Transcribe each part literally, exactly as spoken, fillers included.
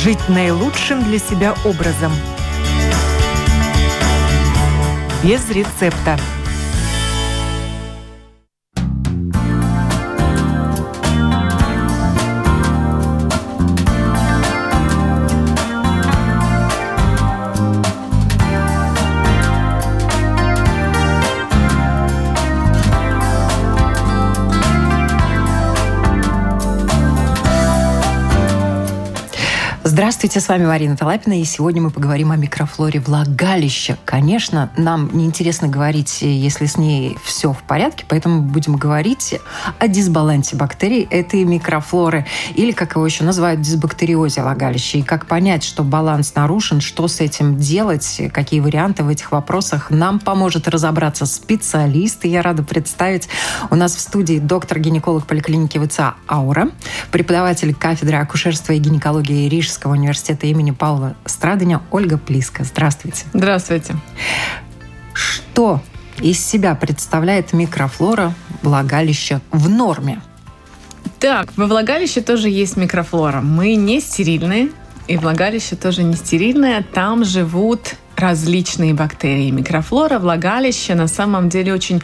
Жить наилучшим для себя образом. Без рецепта. Здравствуйте, с вами Марина Талапина, и сегодня мы поговорим о микрофлоре влагалища. Конечно, нам неинтересно говорить, если с ней все в порядке, поэтому будем говорить о дисбалансе бактерий этой микрофлоры, или, как его еще называют, дисбактериозе влагалища. И как понять, что баланс нарушен, что с этим делать, какие варианты в этих вопросах, нам поможет разобраться специалист. И я рада представить у нас в студии доктор-гинеколог поликлиники ВЦА «Аура», преподаватель кафедры акушерства и гинекологии Рижского университета имени Павла Страдыня Ольга Плиска. Здравствуйте. Здравствуйте. Что из себя представляет микрофлора влагалища в норме? Так, во влагалище тоже есть микрофлора. Мы не стерильные, и влагалище тоже не стерильное. Там живут различные бактерии. Микрофлора влагалища на самом деле очень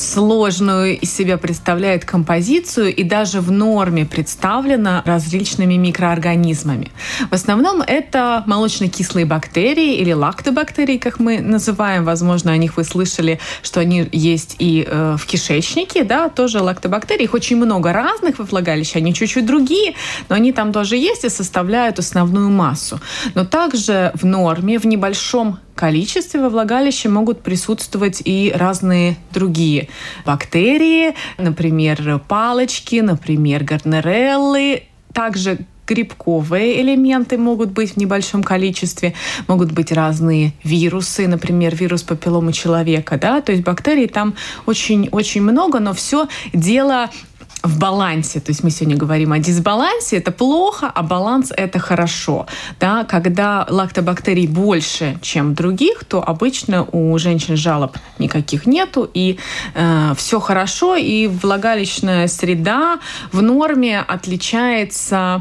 сложную из себя представляет композицию и даже в норме представлена различными микроорганизмами. В основном это молочно-кислые бактерии или лактобактерии, как мы называем. Возможно, о них вы слышали, что они есть и э, в кишечнике, да, тоже лактобактерии. Их очень много разных во влагалище, они чуть-чуть другие, но они там тоже есть и составляют основную массу. Но также в норме, в небольшом количестве во влагалище могут присутствовать и разные другие бактерии, например, палочки, например, гонореллы, также грибковые элементы могут быть в небольшом количестве, могут быть разные вирусы, например, вирус папилломы человека, да, то есть бактерий там очень-очень много, но все дело в балансе. То есть мы сегодня говорим о дисбалансе, это плохо, а баланс — это хорошо. Да? Когда лактобактерий больше, чем других, то обычно у женщин жалоб никаких нету, и э, все хорошо, и влагалищная среда в норме отличается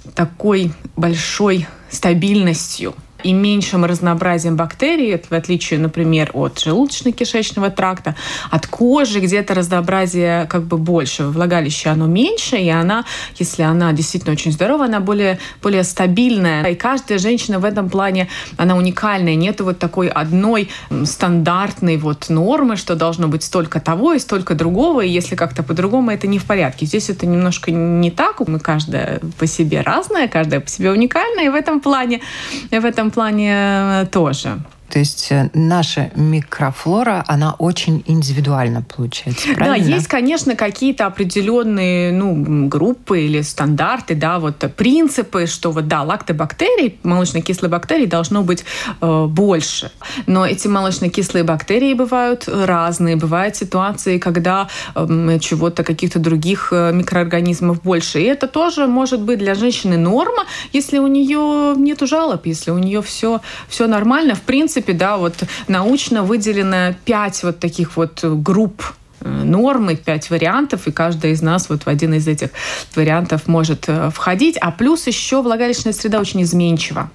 такой большой стабильностью и меньшим разнообразием бактерий, в отличие, например, от желудочно-кишечного тракта, от кожи, где-то разнообразие как бы больше. В влагалище оно меньше, и она, если она действительно очень здорова, она более, более стабильная. И каждая женщина в этом плане, она уникальная. Нет вот такой одной стандартной вот нормы, что должно быть столько того и столько другого, и если как-то по-другому, это не в порядке. Здесь это немножко не так. Мы каждая по себе разная, каждая по себе уникальная, и в этом плане, в этом плане тоже. То есть наша микрофлора, она очень индивидуальна, получается, правильно? Да, есть, конечно, какие-то определенные ну, группы или стандарты, да, вот принципы, что вот, да, лактобактерий, молочно-кислые бактерии должно быть э, больше. Но эти молочно-кислые бактерии бывают разные. Бывают ситуации, когда э, чего-то, каких-то других э, микроорганизмов больше. И это тоже может быть для женщины норма, если у нее нет жалоб, если у нее все, все нормально. В принципе, да, вот научно выделено пять вот таких вот групп нормы, пять вариантов, и каждая из нас вот в один из этих вариантов может входить. А плюс еще влагалищная среда очень изменчива.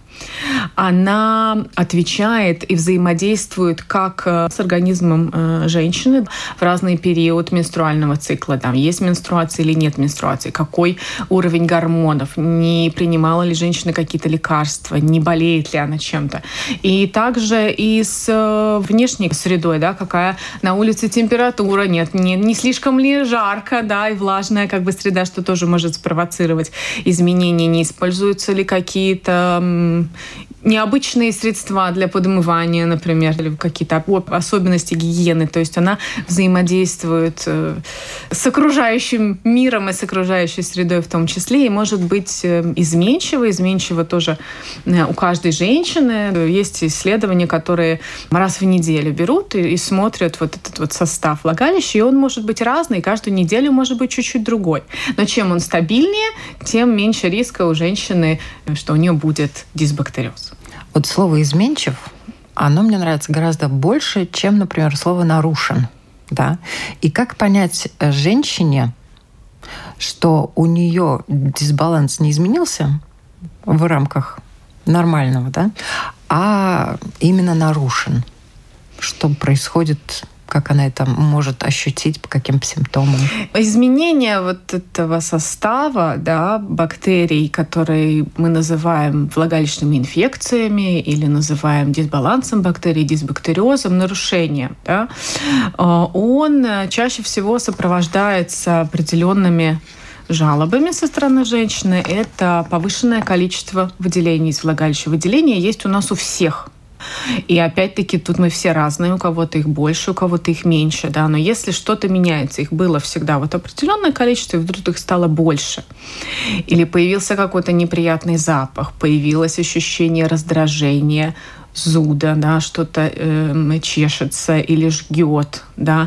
Она отвечает и взаимодействует как с организмом женщины в разный период менструального цикла. Там есть менструация или нет менструации, какой уровень гормонов, не принимала ли женщина какие-то лекарства, не болеет ли она чем-то. И также и с внешней средой, да, какая на улице температура, нет, не, не слишком ли жарко, да, и влажная как бы среда, что тоже может спровоцировать изменения, не используются ли какие-то необычные средства для подмывания, например, или какие-то особенности гигиены. То есть она взаимодействует с окружающим миром и с окружающей средой в том числе, и может быть изменчива. Изменчива тоже у каждой женщины. Есть исследования, которые раз в неделю берут и, и смотрят вот этот вот состав влагалища, и он может быть разный, каждую неделю может быть чуть-чуть другой. Но чем он стабильнее, тем меньше риска у женщины, что у нее будет дисбактериоз. Вот слово «изменчив», оно мне нравится гораздо больше, чем, например, слово «нарушен». Да? И как понять женщине, что у нее дисбаланс не изменился, в рамках нормального, да, а именно нарушен. Что происходит, как она это может ощутить, по каким симптомам? Изменение вот этого состава, да, бактерий, которые мы называем влагалищными инфекциями или называем дисбалансом бактерий, дисбактериозом, нарушением, да, он чаще всего сопровождается определенными жалобами со стороны женщины. Это повышенное количество выделений из влагалища. Выделения есть у нас у всех. И опять-таки тут мы все разные, у кого-то их больше, у кого-то их меньше, да, но если что-то меняется, их было всегда вот определенное количество, и вдруг их стало больше, или появился какой-то неприятный запах, появилось ощущение раздражения, зуда, да, что-то э, чешется или жгет, да,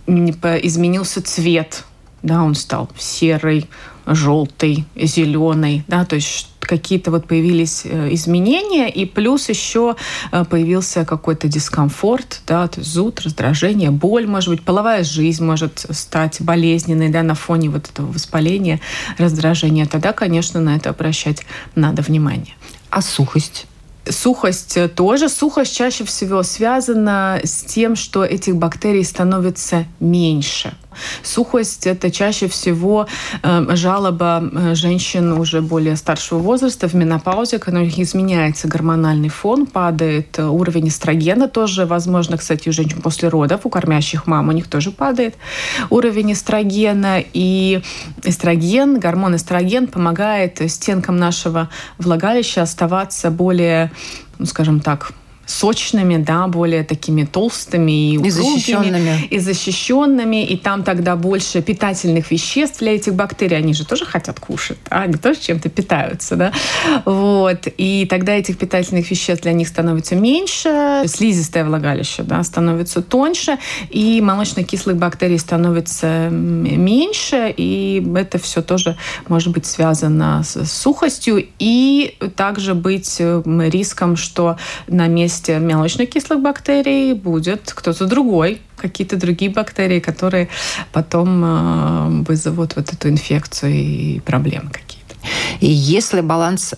изменился цвет, да, он стал серый, желтый, зеленый, да, то есть какие-то вот появились изменения, и плюс еще появился какой-то дискомфорт, да, то есть зуд, раздражение, боль, может быть, половая жизнь может стать болезненной, да, на фоне вот этого воспаления, раздражения. Тогда, конечно, на это обращать надо внимание. А сухость? Сухость тоже. Сухость чаще всего связана с тем, что этих бактерий становится меньше. Сухость – это чаще всего э, жалоба женщин уже более старшего возраста в менопаузе, когда у них изменяется гормональный фон, падает уровень эстрогена тоже, возможно, кстати, у женщин после родов, у кормящих мам у них тоже падает уровень эстрогена. И эстроген, гормон эстроген помогает стенкам нашего влагалища оставаться более, ну, скажем так, сочными, да, более такими толстыми и упругими, и защищенными. и защищенными, и там тогда больше питательных веществ для этих бактерий. Они же тоже хотят кушать, да? Они тоже чем-то питаются, да? Вот. И тогда этих питательных веществ для них становится меньше, слизистое влагалище, да, становится тоньше, и молочно-кислых бактерий становится меньше, и это все тоже может быть связано с сухостью, и также быть риском, что на месте молочно-кислых бактерий будет кто-то другой, какие-то другие бактерии, которые потом э, вызовут вот эту инфекцию и проблемы какие-то. И если баланс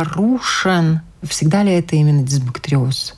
нарушен, всегда ли это именно дисбактериоз?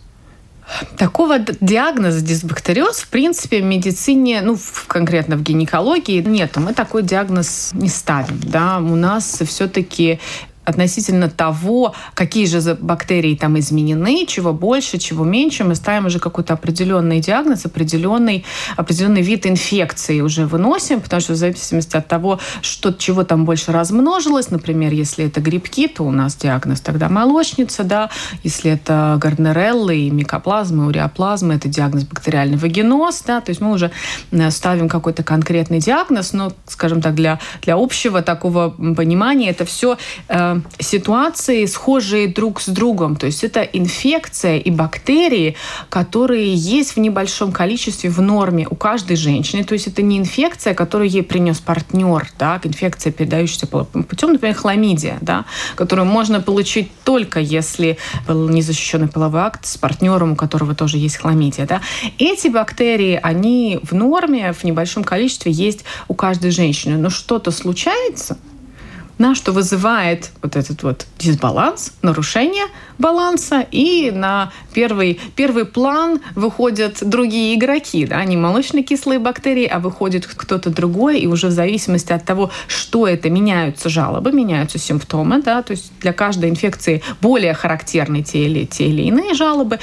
Такого диагноза дисбактериоз, в принципе, в медицине, ну, конкретно в гинекологии, нет. Мы такой диагноз не ставим. Да? У нас все-таки относительно того, какие же бактерии там изменены, чего больше, чего меньше, мы ставим уже какой-то определенный диагноз, определенный, определенный вид инфекции уже выносим, потому что в зависимости от того, что, чего там больше размножилось, например, если это грибки, то у нас диагноз тогда молочница, да, если это гарднереллы и микоплазмы, уреоплазмы, это диагноз бактериальный вагиноз, да, то есть мы уже ставим какой-то конкретный диагноз, но, скажем так, для, для общего такого понимания это все э, ситуации, схожие друг с другом. То есть это инфекция и бактерии, которые есть в небольшом количестве в норме у каждой женщины. То есть это не инфекция, которую ей принес партнер, да, инфекция, передающаяся половым путем, например, хламидия, да, которую можно получить только если был незащищенный половой акт с партнером, у которого тоже есть хламидия. Да. Эти бактерии, они в норме, в небольшом количестве есть у каждой женщины. Но что-то случается, на что вызывает вот этот вот дисбаланс, нарушение баланса, и на первый, первый план выходят другие игроки, да, не молочно-кислые бактерии, а выходит кто-то другой, и уже в зависимости от того, что это, меняются жалобы, меняются симптомы, да, то есть для каждой инфекции более характерны те или, те или иные жалобы,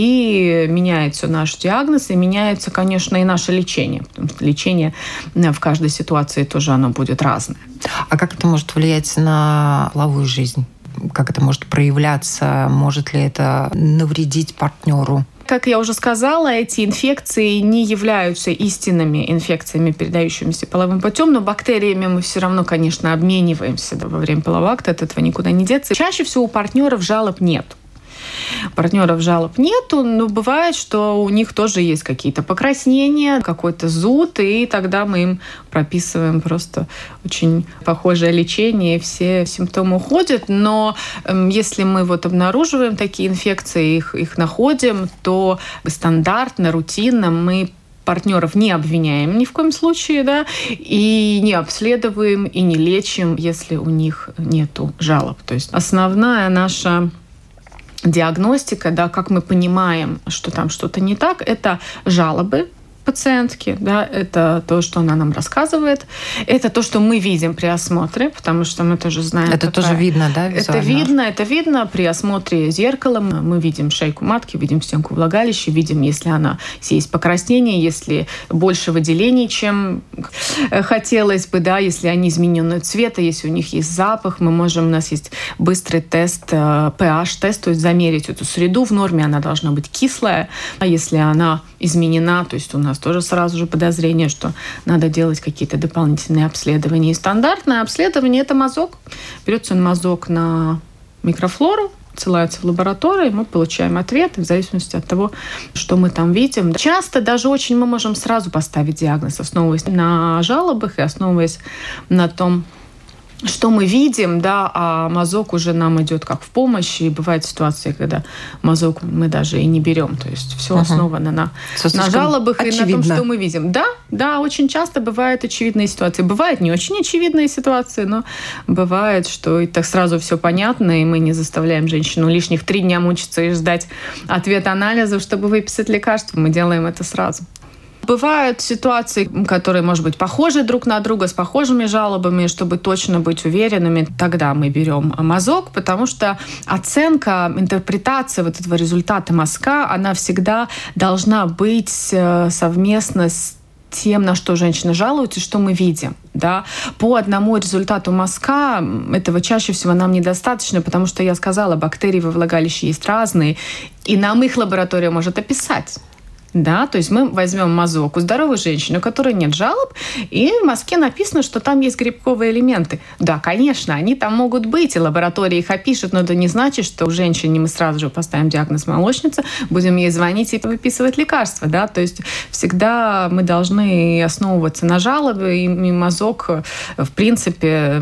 и меняется наш диагноз, и меняется, конечно, и наше лечение, потому что лечение в каждой ситуации тоже оно будет разное. А как это может влиять на половую жизнь? Как это может проявляться? Может ли это навредить партнеру? Как я уже сказала, эти инфекции не являются истинными инфекциями, передающимися половым путем, но бактериями мы все равно, конечно, обмениваемся во время полового акта, от этого никуда не деться. Чаще всего у партнеров жалоб нет. Партнеров жалоб нету, но бывает, что у них тоже есть какие-то покраснения, какой-то зуд, и тогда мы им прописываем просто очень похожее лечение, и все симптомы уходят. Но э, если мы вот обнаруживаем такие инфекции, их, их находим, то стандартно, рутинно мы партнеров не обвиняем ни в коем случае, да, и не обследуем, и не лечим, если у них нету жалоб. То есть основная наша диагностика, да, как мы понимаем, что там что-то не так, это жалобы пациентки, да, это то, что она нам рассказывает, это то, что мы видим при осмотре, потому что мы тоже знаем... Это какая... тоже видно, да, визуально? Это видно, это видно при осмотре зеркалом. Мы видим шейку матки, видим стенку влагалища, видим, если она, если есть покраснение, если больше выделений, чем хотелось бы, да, если они измененного цвета, если у них есть запах, мы можем, у нас есть быстрый тест, pH-тест, то есть замерить эту среду. В норме она должна быть кислая, а если она изменена, то есть у нас тоже сразу же подозрение, что надо делать какие-то дополнительные обследования. И стандартное обследование – это мазок. Берется мазок на микрофлору, отсылается в лабораторию, мы получаем ответ в зависимости от того, что мы там видим. Часто даже очень мы можем сразу поставить диагноз, основываясь на жалобах и основываясь на том, что мы видим, да, а мазок уже нам идет как в помощь. И бывают ситуации, когда мазок мы даже и не берем. То есть все uh-huh. основано на, на жалобах очевидно. И на том, что мы видим. Да, да, очень часто бывают очевидные ситуации. Бывают не очень очевидные ситуации, но бывает, что и так сразу все понятно, и мы не заставляем женщину лишних три дня мучиться и ждать ответа анализов, чтобы выписать лекарство. Мы делаем это сразу. Бывают ситуации, которые, может быть, похожи друг на друга, с похожими жалобами, чтобы точно быть уверенными, тогда мы берем мазок, потому что оценка, интерпретация вот этого результата мазка, она всегда должна быть совместно с тем, на что женщина жалуется, что мы видим. Да? По одному результату мазка этого чаще всего нам недостаточно, потому что, я сказала, бактерии во влагалище есть разные, и нам их лаборатория может описать. Да, то есть мы возьмем мазок у здоровой женщины, у которой нет жалоб, и в мазке написано, что там есть грибковые элементы. Да, конечно, они там могут быть, и лаборатория их опишет, но это не значит, что у женщины мы сразу же поставим диагноз молочница, будем ей звонить и выписывать лекарства. Да? То есть всегда мы должны основываться на жалобе, и мазок, в принципе,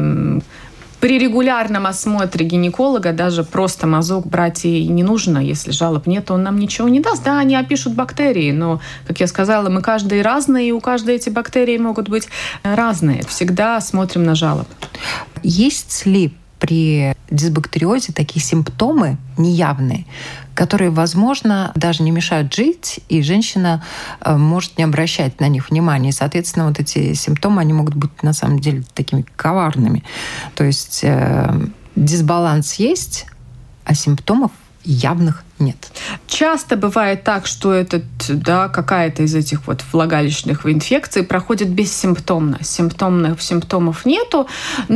при регулярном осмотре гинеколога даже просто мазок брать и не нужно. Если жалоб нет, он нам ничего не даст. Да, они опишут бактерии, но, как я сказала, мы каждый разные, и у каждой эти бактерии могут быть разные. Всегда смотрим на жалобы. Есть ли при дисбактериозе такие симптомы неявные, которые, возможно, даже не мешают жить, и женщина может не обращать на них внимания. И, соответственно, вот эти симптомы, они могут быть, на самом деле, такими коварными. То есть э, дисбаланс есть, а симптомов явных нет. Часто бывает так, что этот, да, какая-то из этих вот влагалищных инфекций проходит бессимптомно. Симптомных симптомов нету,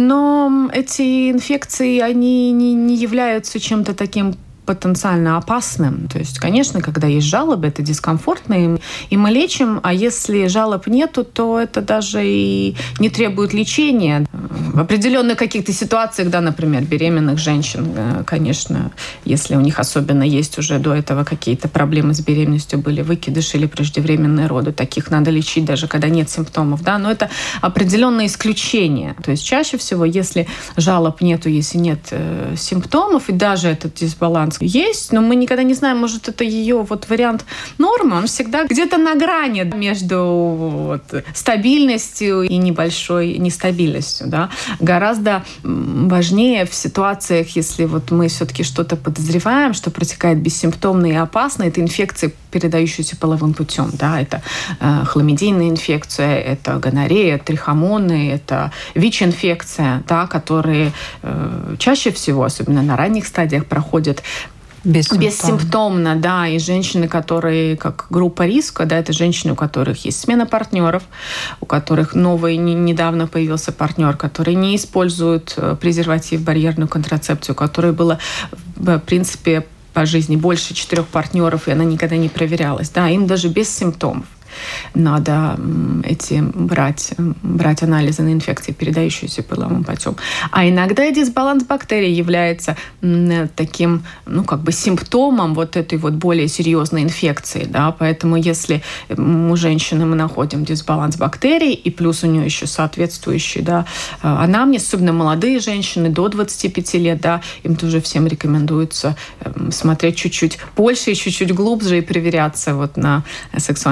но эти инфекции, они не, не являются чем-то таким потенциально опасным. То есть, конечно, когда есть жалобы, это дискомфортно, и мы лечим, а если жалоб нету, то это даже и не требует лечения. В определенных каких-то ситуациях, да, например, беременных женщин, конечно, если у них особенно есть уже до этого какие-то проблемы с беременностью, были выкидыши или преждевременные роды, таких надо лечить даже когда нет симптомов, да, но это определенные исключения. То есть чаще всего, если жалоб нету, если нет э, симптомов, и даже этот дисбаланс есть, но мы никогда не знаем, может, это ее вот вариант нормы, он всегда где-то на грани между вот, стабильностью и небольшой нестабильностью. Да? Гораздо важнее в ситуациях, если вот мы все-таки что-то подозреваем, что протекает бессимптомно и опасно, это инфекции, передающиеся половым путем. Да? Это э, хламидийная инфекция, это гонорея, трихомоны, это ВИЧ-инфекция, да, которые э, чаще всего, особенно на ранних стадиях, проходят Бессимптомно. Бессимптомно, да, и женщины, которые как группа риска, да, это женщины, у которых есть смена партнеров, у которых новый, недавно появился партнер, которые не используют презерватив, барьерную контрацепцию, у которой было, в принципе, по жизни больше четырех партнеров, и она никогда не проверялась, да, им даже без симптомов надо эти брать, брать анализы на инфекции, передающиеся половым путем. А иногда и дисбаланс бактерий является таким, ну, как бы симптомом вот этой вот более серьезной инфекции, да, поэтому если у женщины мы находим дисбаланс бактерий, и плюс у нее еще соответствующий, да, анамнез, особенно молодые женщины до двадцати пяти лет, да, им тоже всем рекомендуется смотреть чуть-чуть больше и чуть-чуть глубже и проверяться вот на сексуально трансмиссионные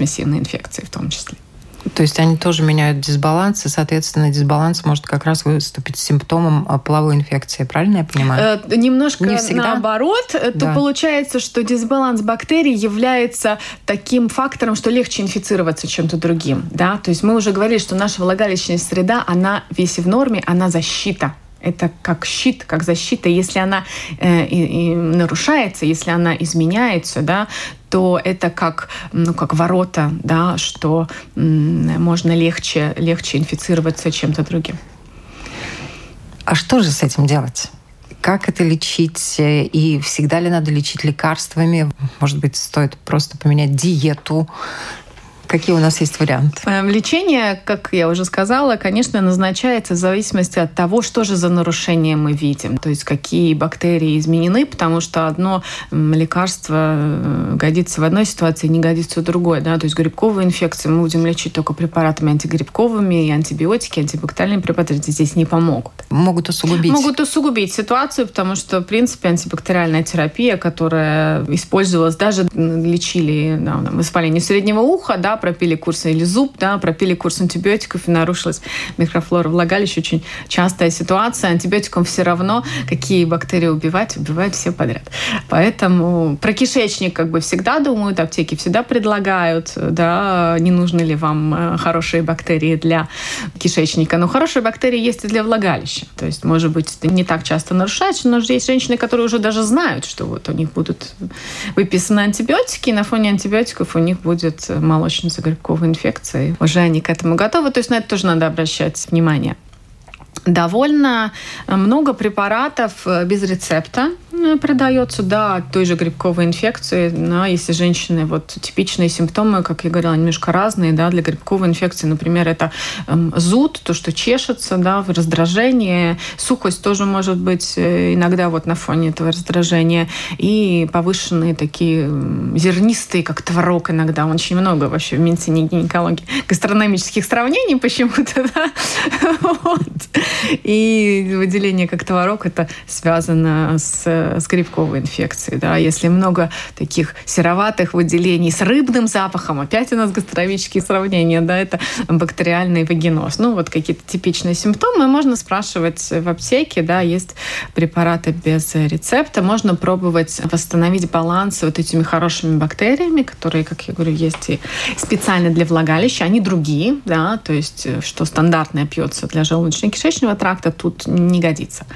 трансмиссивные инфекции в том числе. То есть они тоже меняют дисбаланс, и, соответственно, дисбаланс может как раз выступить симптомом половой инфекции. Правильно я понимаю? Э, немножко Не всегда? наоборот. Да. То получается, что дисбаланс бактерий является таким фактором, что легче инфицироваться чем-то другим. Да? То есть мы уже говорили, что наша влагалищная среда, она весь в норме, она защита. Это как щит, как защита. Если она э, и, и нарушается, если она изменяется, да, то это как, ну, как ворота, да, что м, можно легче, легче инфицироваться чем-то другим. А что же с этим делать? Как это лечить? И всегда ли надо лечить лекарствами? Может быть, стоит просто поменять диету? Какие у нас есть варианты? Лечение, как я уже сказала, конечно, назначается в зависимости от того, что же за нарушение мы видим. То есть какие бактерии изменены, потому что одно лекарство годится в одной ситуации, не годится в другой. Да? То есть грибковые инфекции мы будем лечить только препаратами антигрибковыми, и антибиотики, антибактериальные препараты здесь не помогут. Могут усугубить. Могут усугубить ситуацию, потому что, в принципе, антибактериальная терапия, которая использовалась, даже лечили да, воспаление среднего уха, да, пропили курс или зуб, да, пропили курс антибиотиков и нарушилась микрофлора влагалища. Очень частая ситуация. Антибиотикам все равно, какие бактерии убивать, убивают все подряд. Поэтому про кишечник как бы всегда думают, аптеки всегда предлагают, да, не нужны ли вам хорошие бактерии для кишечника. Но хорошие бактерии есть и для влагалища. То есть, может быть, это не так часто нарушается, но есть женщины, которые уже даже знают, что вот у них будут выписаны антибиотики, и на фоне антибиотиков у них будет молочный грибковой инфекции. Уже они к этому готовы. То есть на это тоже надо обращать внимание. Довольно много препаратов без рецепта продается, да, от той же грибковой инфекции. Да, если женщины, вот типичные симптомы, как я говорила, немножко разные, да, для грибковой инфекции, например, это эм, зуд, то, что чешется, да, раздражение, сухость тоже может быть иногда вот на фоне этого раздражения, и повышенные такие зернистые, как творог иногда, очень много вообще в медицине гинекологии гастрономических сравнений почему-то, да, вот. И выделение как творог, это связано с, с грибковой инфекцией. Да. Если много таких сероватых выделений с рыбным запахом, опять у нас гастрономические сравнения, да, это бактериальный вагиноз. Ну, вот какие-то типичные симптомы. Можно спрашивать в аптеке, да, есть препараты без рецепта. Можно пробовать восстановить баланс вот этими хорошими бактериями, которые, как я говорю, есть и специально для влагалища. Они другие, да, то есть что стандартное пьется для желудочно-кишечного тракта, тут не годится.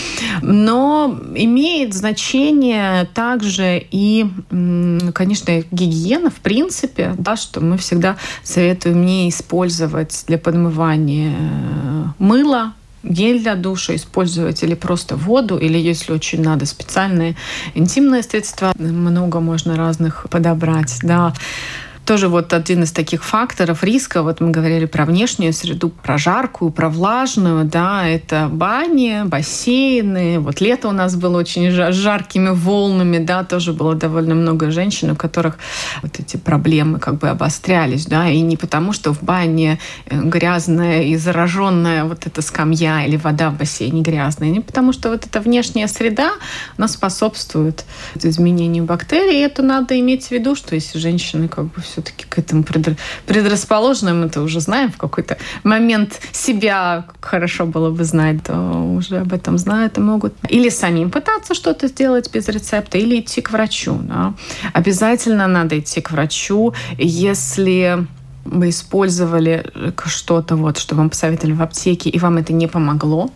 Но имеет значение также и, конечно, гигиена, в принципе, да, что мы всегда советуем не использовать для подмывания мыло, гель для душа использовать или просто воду, или, если очень надо, специальные интимные средства. Много можно разных подобрать, да. Тоже вот один из таких факторов риска, вот мы говорили про внешнюю среду, про жаркую, про влажную, да, это бани, бассейны. Вот лето у нас было очень с жаркими волнами, да, тоже было довольно много женщин, у которых вот эти проблемы как бы обострялись, да, и не потому, что в бане грязная и зараженная вот эта скамья или вода в бассейне грязная, не потому, что вот эта внешняя среда, она способствует изменению бактерий, и это надо иметь в виду, что если женщины как бы все все-таки к этому предрасположены, мы это уже знаем, в какой-то момент себя хорошо было бы знать, то уже об этом знают и могут. Или самим пытаться что-то сделать без рецепта, или идти к врачу. Да. Обязательно надо идти к врачу, если вы использовали что-то, вот, что вам посоветовали в аптеке, и вам это не помогло.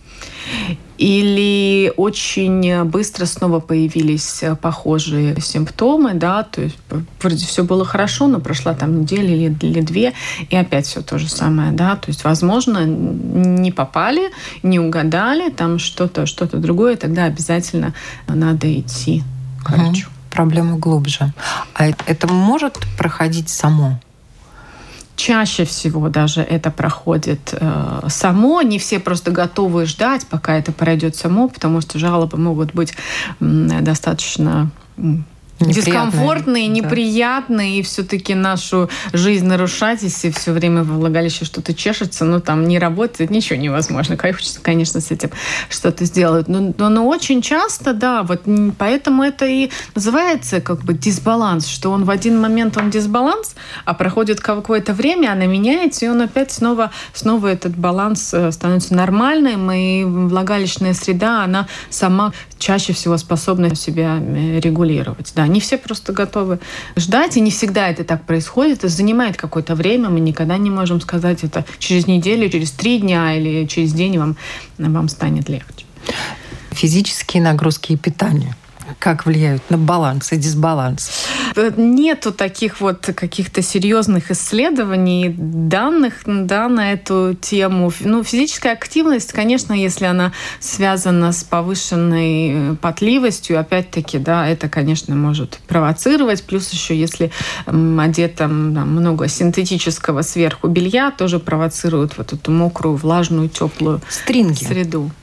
Или очень быстро снова появились похожие симптомы, да, то есть вроде все было хорошо, но прошла там неделя или, или две, и опять все то же самое, да, то есть, возможно, не попали, не угадали, там что-то, что-то другое, тогда обязательно надо идти к врачу. Угу. Проблема глубже. А это может проходить само? Чаще всего даже это проходит э, само. Не все просто готовы ждать, пока это пройдет само, потому что жалобы могут быть э, достаточно... дискомфортные, неприятные, да. И все-таки нашу жизнь нарушать, если все время во влагалище что-то чешется, ну, там не работает, ничего невозможно. Хочется, конечно, с этим что-то сделать. Но, но, но очень часто, да, вот поэтому это и называется как бы дисбаланс, что он в один момент он дисбаланс, а проходит какое-то время, она меняется, и он опять снова, снова этот баланс становится нормальным, и влагалищная среда, она сама чаще всего способна себя регулировать. Да, не все просто готовы ждать, и не всегда это так происходит. Это занимает какое-то время, мы никогда не можем сказать, это через неделю, через три дня или через день вам, вам станет легче. Физические нагрузки и питание. Как влияют на баланс и дисбаланс? Нету таких вот каких-то серьезных исследований, данных, да, на эту тему. Ну, физическая активность, конечно, если она связана с повышенной потливостью, опять-таки, да, это, конечно, может провоцировать. Плюс еще, если одето да, много синтетического сверху белья, тоже провоцирует вот эту мокрую, влажную, теплую Стринги. Среду.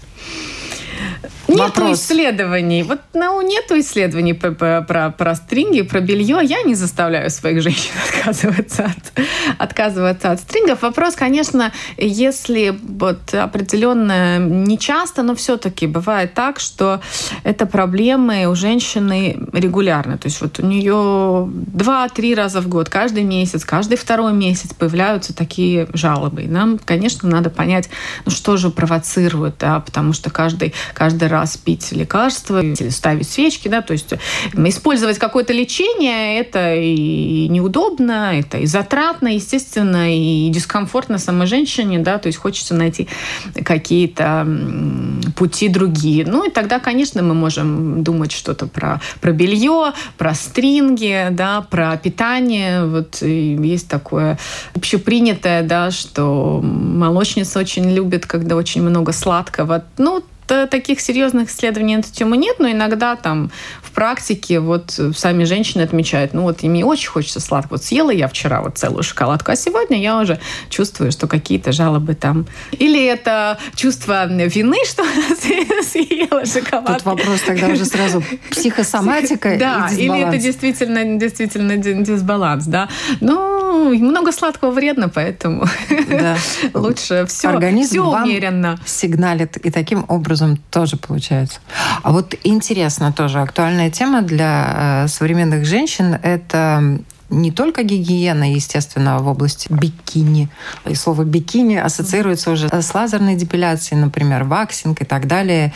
Нету Вопрос. исследований. Вот ну, нету исследований про, про, про стринги, про белье. Я не заставляю своих женщин отказываться от, отказываться от стрингов. Вопрос, конечно, если вот определенно не часто, но все-таки бывает так, что это проблемы у женщины регулярно. То есть вот у нее два-три раза в год, каждый месяц, каждый второй месяц появляются такие жалобы. И нам, конечно, надо понять, ну что же провоцирует, да, потому что каждый, каждый раз пить лекарства или ставить свечки, да, то есть использовать какое-то лечение, это и неудобно, это и затратно, естественно, и дискомфортно самой женщине, да, то есть хочется найти какие-то пути другие. Ну и тогда, конечно, мы можем думать что-то про, про белье, про стринги, да, про питание. Вот есть такое общепринятое, да, что молочница очень любит, когда очень много сладкого. Ну, таких серьезных исследований на эту тему нет, но иногда там в практике вот сами женщины отмечают, ну вот мне очень хочется сладкого. Вот съела я вчера вот целую шоколадку, а сегодня я уже чувствую, что какие-то жалобы там. Или это чувство вины, что съела шоколадку. Тут вопрос тогда уже сразу психосоматика и дисбаланс. Да, или это действительно, действительно дисбаланс, да. Ну, много сладкого вредно, поэтому да. лучше все, организм все вам умеренно. Сигналит, и таким образом тоже получается. А вот интересно тоже, актуальная тема для э, современных женщин – это не только гигиена, естественно, в области бикини. И слово «бикини» ассоциируется уже с лазерной депиляцией, например, ваксинг и так далее.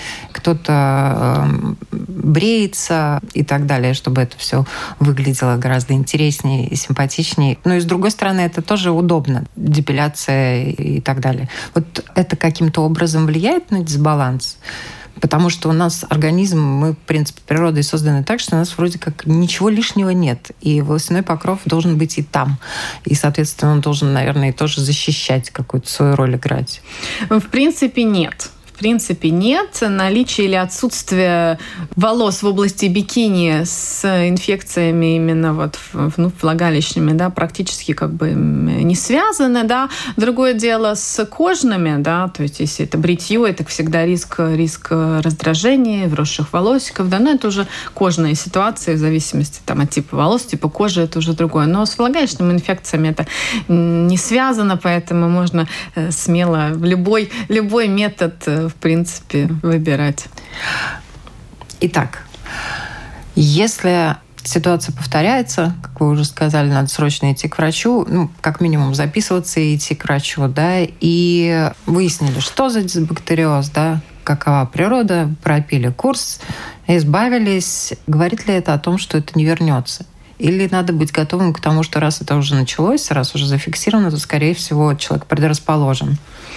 Кто-то э, бреется и так далее, чтобы это все выглядело гораздо интереснее и симпатичнее. Но и с другой стороны, это тоже удобно. Депиляция и так далее. Вот это каким-то образом влияет на дисбаланс? Потому что у нас организм, мы, в принципе, природой созданы так, что у нас вроде как ничего лишнего нет. И волосяной покров должен быть и там. И, соответственно, он должен, наверное, тоже защищать, какую-то свою роль играть. В принципе, нет. В принципе, нет. Наличие или отсутствие волос в области бикини с инфекциями именно вот ну, влагалищными, да, практически как бы не связаны, да. Другое дело с кожными, да, то есть если это бритье, это всегда риск, риск раздражения, вросших волосиков, да, но это уже кожные ситуации в зависимости там, от типа волос, типа кожи, это уже другое. Но с влагалищными инфекциями это не связано, поэтому можно смело любой, любой метод в принципе, выбирать. Итак, если ситуация повторяется, как вы уже сказали, надо срочно идти к врачу, ну, как минимум записываться и идти к врачу, да, и выяснили, что за дисбактериоз, да, какова природа, пропили курс, избавились. Говорит ли это о том, что это не вернется? Или надо быть готовым к тому, что раз это уже началось, раз уже зафиксировано, то, скорее всего, человек предрасположен?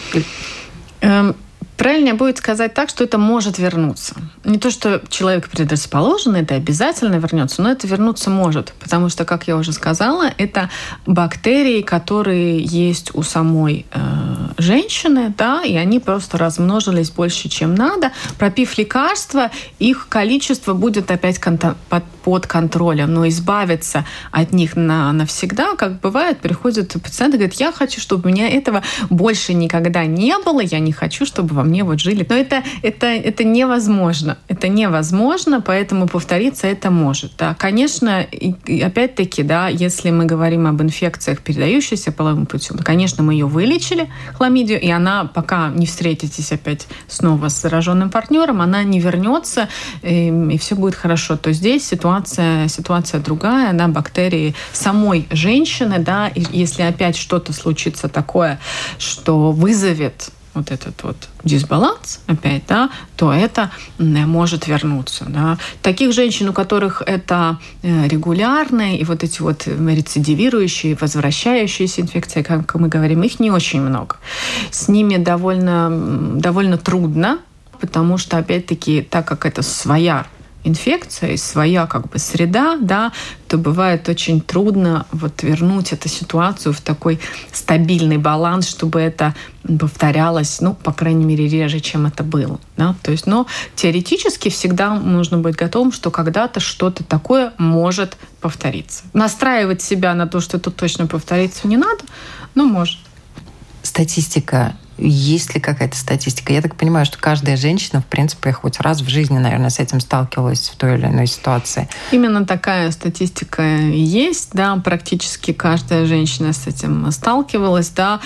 Эм... Правильнее будет сказать так, что это может вернуться. Не то, что человек предрасположен, это обязательно вернется, но это вернуться может. Потому что, как я уже сказала, это бактерии, которые есть у самой э, женщины, да, и они просто размножились больше, чем надо. Пропив лекарства, их количество будет опять конта- под контролем, но избавиться от них на, навсегда, как бывает, приходят пациенты и говорят, я хочу, чтобы у меня этого больше никогда не было, я не хочу, чтобы во мне вот жили. Но это, это, это невозможно. Это невозможно, поэтому повториться это может. Да. Конечно, и, и опять-таки, да, если мы говорим об инфекциях, передающихся половым путем, конечно, мы ее вылечили, хламидию, и она, пока не встретитесь опять снова с зараженным партнером, она не вернется, и, и все будет хорошо. То здесь ситуация, ситуация другая, да, бактерии самой женщины, да, и если опять что-то случится такое, что вызовет вот этот вот дисбаланс опять, да, то это может вернуться. Да. Таких женщин, у которых это регулярные и вот эти вот рецидивирующие, возвращающиеся инфекции, как мы говорим, их не очень много. С ними довольно, довольно трудно, потому что, опять-таки, так как это своя инфекция и своя как бы среда, да, то бывает очень трудно вот вернуть эту ситуацию в такой стабильный баланс, чтобы это повторялось, ну, по крайней мере, реже, чем это было. Да? То есть, но теоретически всегда нужно быть готовым, что когда-то что-то такое может повториться. Настраивать себя на то, что это точно повторится, не надо, но может. Статистика. Есть ли какая-то статистика? Я так понимаю, что каждая женщина, в принципе, хоть раз в жизни, наверное, с этим сталкивалась в той или иной ситуации. Именно такая статистика есть, да, практически каждая женщина с этим сталкивалась, да,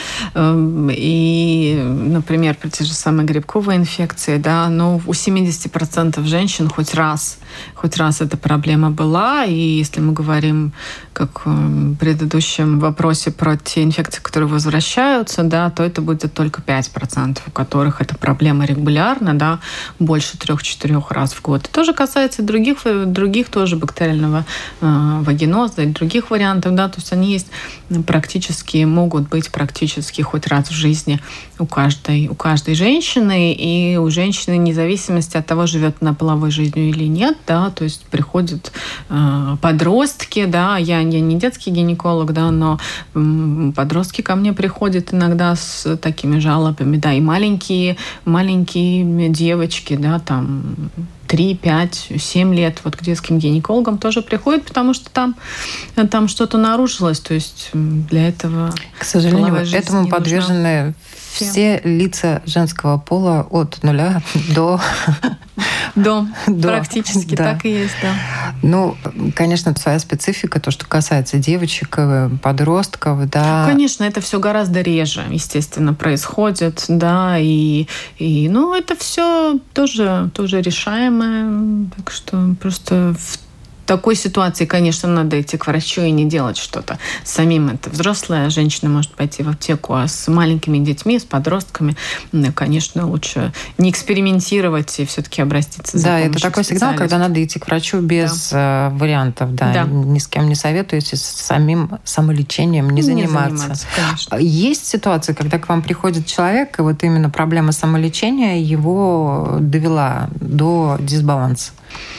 и, например, при те же самые грибковые инфекции, да, но у семьдесят процентов женщин хоть раз, хоть раз эта проблема была, и если мы говорим, как в предыдущем вопросе про те инфекции, которые возвращаются, да, то это будет только пять процентов, у которых эта проблема регулярна, да, больше трех-четырех раз в год. Это тоже касается других, других тоже бактериального э, вагиноза и других вариантов, да, то есть они есть практически, могут быть практически хоть раз в жизни у каждой, у каждой женщины, и у женщины, вне зависимости от того, живет она половой жизнью или нет, да, то есть приходят э, подростки, да, я, я не детский гинеколог, да, но э, подростки ко мне приходят иногда с такими жалобами, да, и маленькие, маленькие девочки, да, там три, пять, семь лет вот к детским гинекологам тоже приходят, потому что там, там что-то нарушилось, то есть для этого... К сожалению, этому подвержены все лица женского пола от нуля до... До. Практически да. Так и есть, да. Ну, конечно, своя специфика, то, что касается девочек, подростков, да. Конечно, это все гораздо реже, естественно, происходит, да, и, и ну, это все тоже, тоже решаемое, так что просто в В такой ситуации, конечно, надо идти к врачу и не делать что-то самим. Это взрослая женщина может пойти в аптеку, а с маленькими детьми, с подростками, конечно, лучше не экспериментировать и все-таки обратиться за помощью. Да, это такой сигнал, когда надо идти к врачу без да. вариантов, да. да. Ни с кем не советуете, с самим самолечением не заниматься. Не заниматься, конечно. Есть ситуации, когда к вам приходит человек, и вот именно проблема самолечения его довела до дисбаланса?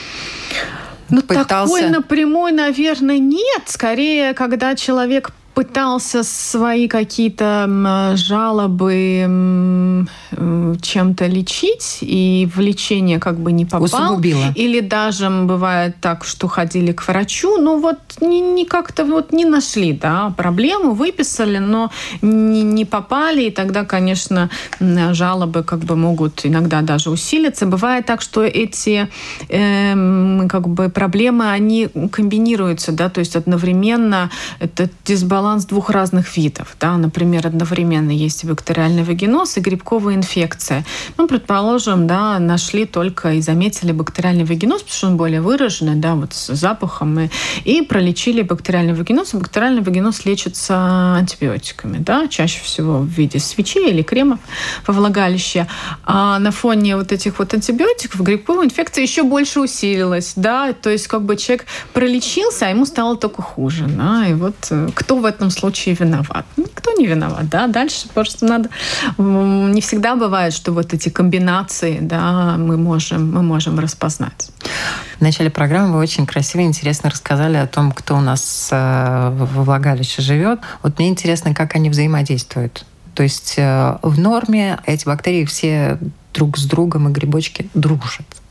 Ну, такой напрямую, наверное, нет. Скорее, когда человек пытался свои какие-то жалобы чем-то лечить, и в лечение как бы не попал. Усугубило. Или даже бывает так, что ходили к врачу, ну вот не, не как-то вот не нашли, да, проблему, выписали, но не, не попали, и тогда, конечно, жалобы как бы могут иногда даже усилиться. Бывает так, что эти э, как бы проблемы, они комбинируются, да, то есть одновременно этот дисбаланс двух разных видов. Да? Например, одновременно есть бактериальный вагиноз и грибковая инфекция. Ну, предположим, да, нашли только и заметили бактериальный вагиноз, потому что он более выраженный, да, вот с запахом, и, и пролечили бактериальный вагиноз. И бактериальный вагиноз лечится антибиотиками, да, чаще всего в виде свечей или кремов во влагалище. А на фоне вот этих вот антибиотиков грибковая инфекция еще больше усилилась, да, то есть как бы человек пролечился, а ему стало только хуже, да, и вот кто в этом случае виноват? Никто не виноват, да, дальше просто надо... Не всегда бывает, что вот эти комбинации, да, мы можем, мы можем распознать. В начале программы вы очень красиво и интересно рассказали о том, кто у нас во влагалище живет. Вот мне интересно, как они взаимодействуют. То есть в норме эти бактерии все друг с другом и грибочки дружат.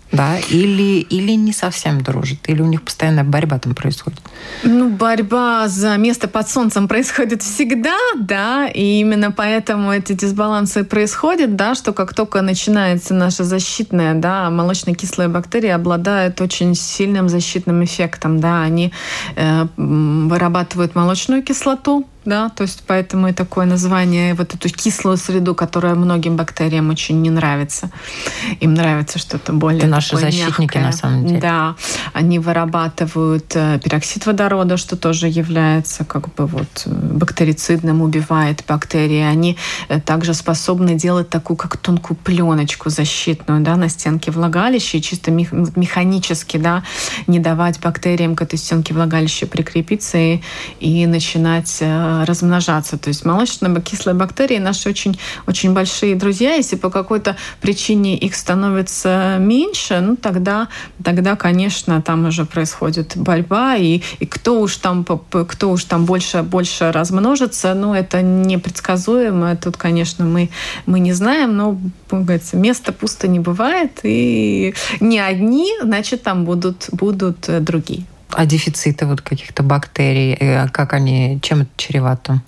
да, или, или не совсем дружат, или у них постоянная борьба там происходит? Ну, борьба за место под солнцем происходит всегда, да, и именно поэтому эти дисбалансы происходят, да, что как только начинается наша защитная, да, молочно-кислые бактерии обладают очень сильным защитным эффектом, да, они э, вырабатывают молочную кислоту, да, то есть поэтому и такое название, вот эту кислую среду, которая многим бактериям очень не нравится. Им нравится что-то более это наши такое защитники, мягкое. На самом деле. Да, они вырабатывают пероксид водорода, что тоже является как бы вот бактерицидным, убивает бактерии. Они также способны делать такую, как тонкую пленочку защитную, да, на стенке влагалища, и чисто механически, да, не давать бактериям к этой стенке влагалища прикрепиться и, и начинать размножаться. То есть молочно-кислые бактерии наши очень, очень большие друзья. Если по какой-то причине их становится меньше, ну тогда, тогда конечно, там уже происходит борьба, и, и кто уж там, кто уж там больше, больше размножится, ну это непредсказуемо. Тут, конечно, мы, мы не знаем, но, как говорится, места пусто не бывает, и не одни, значит, там будут, будут другие. А дефициты вот каких-то бактерий, как они, чем это чревато?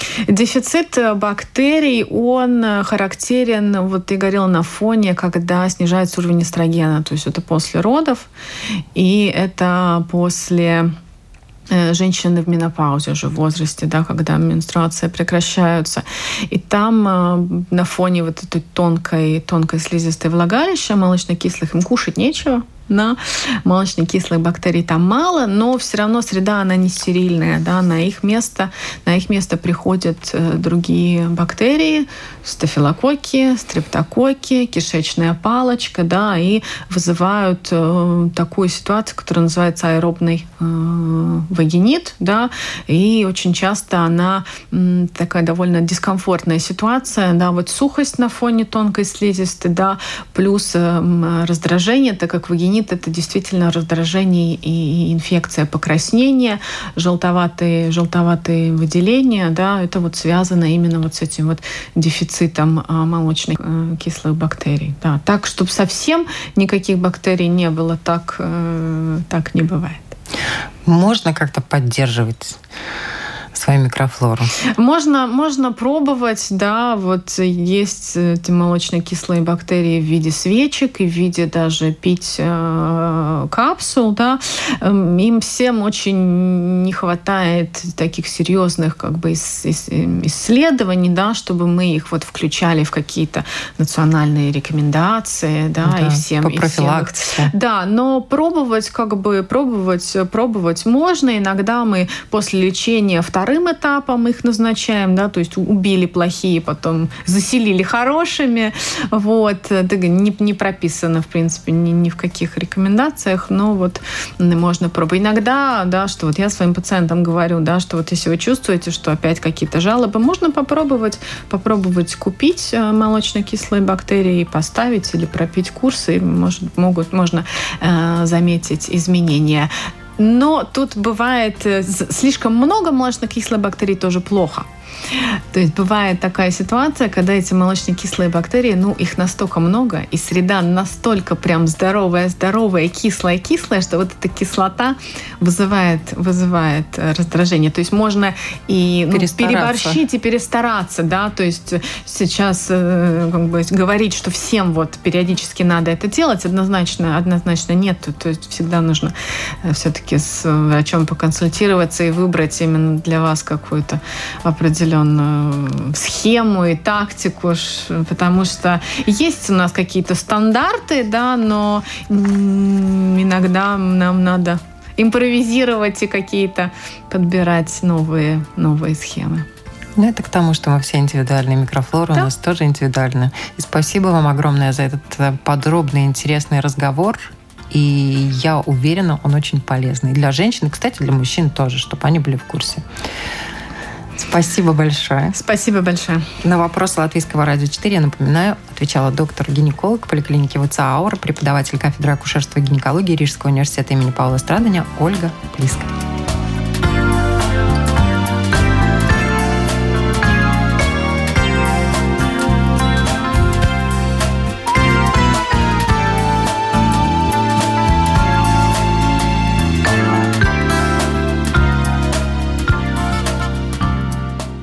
Дефицит бактерий, он характерен, вот ты говорила, на фоне, когда снижается уровень эстрогена. То есть это после родов, и это после женщины в менопаузе уже в возрасте, да, когда менструации прекращаются. И там на фоне вот этой тонкой, тонкой слизистой влагалища молочно-кислых им кушать нечего. Да, молочно-кислых бактерий там мало, но все равно среда, она не стерильная. Да, на их место, на их место приходят другие бактерии, стафилококки, стрептококки, кишечная палочка, да, и вызывают э, такую ситуацию, которая называется аэробный э, вагинит. Да, и очень часто она э, такая довольно дискомфортная ситуация. Да, вот сухость на фоне тонкой слизистой, да, плюс э, раздражение, так как вагинит это действительно раздражение и инфекция, покраснение, желтоватые, желтоватые выделения, да, это вот связано именно вот с этим вот дефицитом молочных кислых бактерий. Да. Так, чтобы совсем никаких бактерий не было, так, так не бывает. Можно как-то поддерживать свою микрофлору? Можно, можно пробовать, да, вот есть эти молочно-кислые бактерии в виде свечек и в виде даже пить э, капсул, да. Им всем очень не хватает таких серьезных как бы исследований, да, чтобы мы их вот включали в какие-то национальные рекомендации, да, да, и всем. По профилактике. Да, но пробовать как бы, пробовать, пробовать можно. Иногда мы после лечения вторым этапом их назначаем, да, то есть убили плохие, потом заселили хорошими. Вот. Это не, не прописано, в принципе, ни, ни в каких рекомендациях, но вот можно пробовать. Иногда, да, что вот я своим пациентам говорю, да, что вот если вы чувствуете, что опять какие-то жалобы, можно попробовать, попробовать купить молочно-кислые бактерии и поставить или пропить курс, и может, могут, можно э, заметить изменения. Но тут бывает слишком много молочно-кислых бактерий, тоже плохо. То есть бывает такая ситуация, когда эти молочно-кислые бактерии, ну, их настолько много, и среда настолько прям здоровая, здоровая, кислая, кислая, что вот эта кислота вызывает, вызывает раздражение. То есть можно и ну, переборщить и перестараться, да, то есть сейчас как бы говорить, что всем вот периодически надо это делать, однозначно, однозначно нет. То есть всегда нужно все-таки с врачом поконсультироваться и выбрать именно для вас какую-то определенную схему и тактику, потому что есть у нас какие-то стандарты, да, но иногда нам надо импровизировать и какие-то подбирать новые, новые схемы. Ну, это к тому, что мы все индивидуальные, микрофлора да. у нас тоже индивидуальная. И спасибо вам огромное за этот подробный, интересный разговор. И я уверена, он очень полезный. Для женщин, и, кстати, для мужчин тоже, чтобы они были в курсе. Спасибо большое. Спасибо большое. На вопросы Латвийского радио четыре, я напоминаю, отвечала доктор-гинеколог поликлиники ВЦА «Аура», преподаватель кафедры акушерства и гинекологии Рижского университета имени Паула Страдания Ольга Плиска.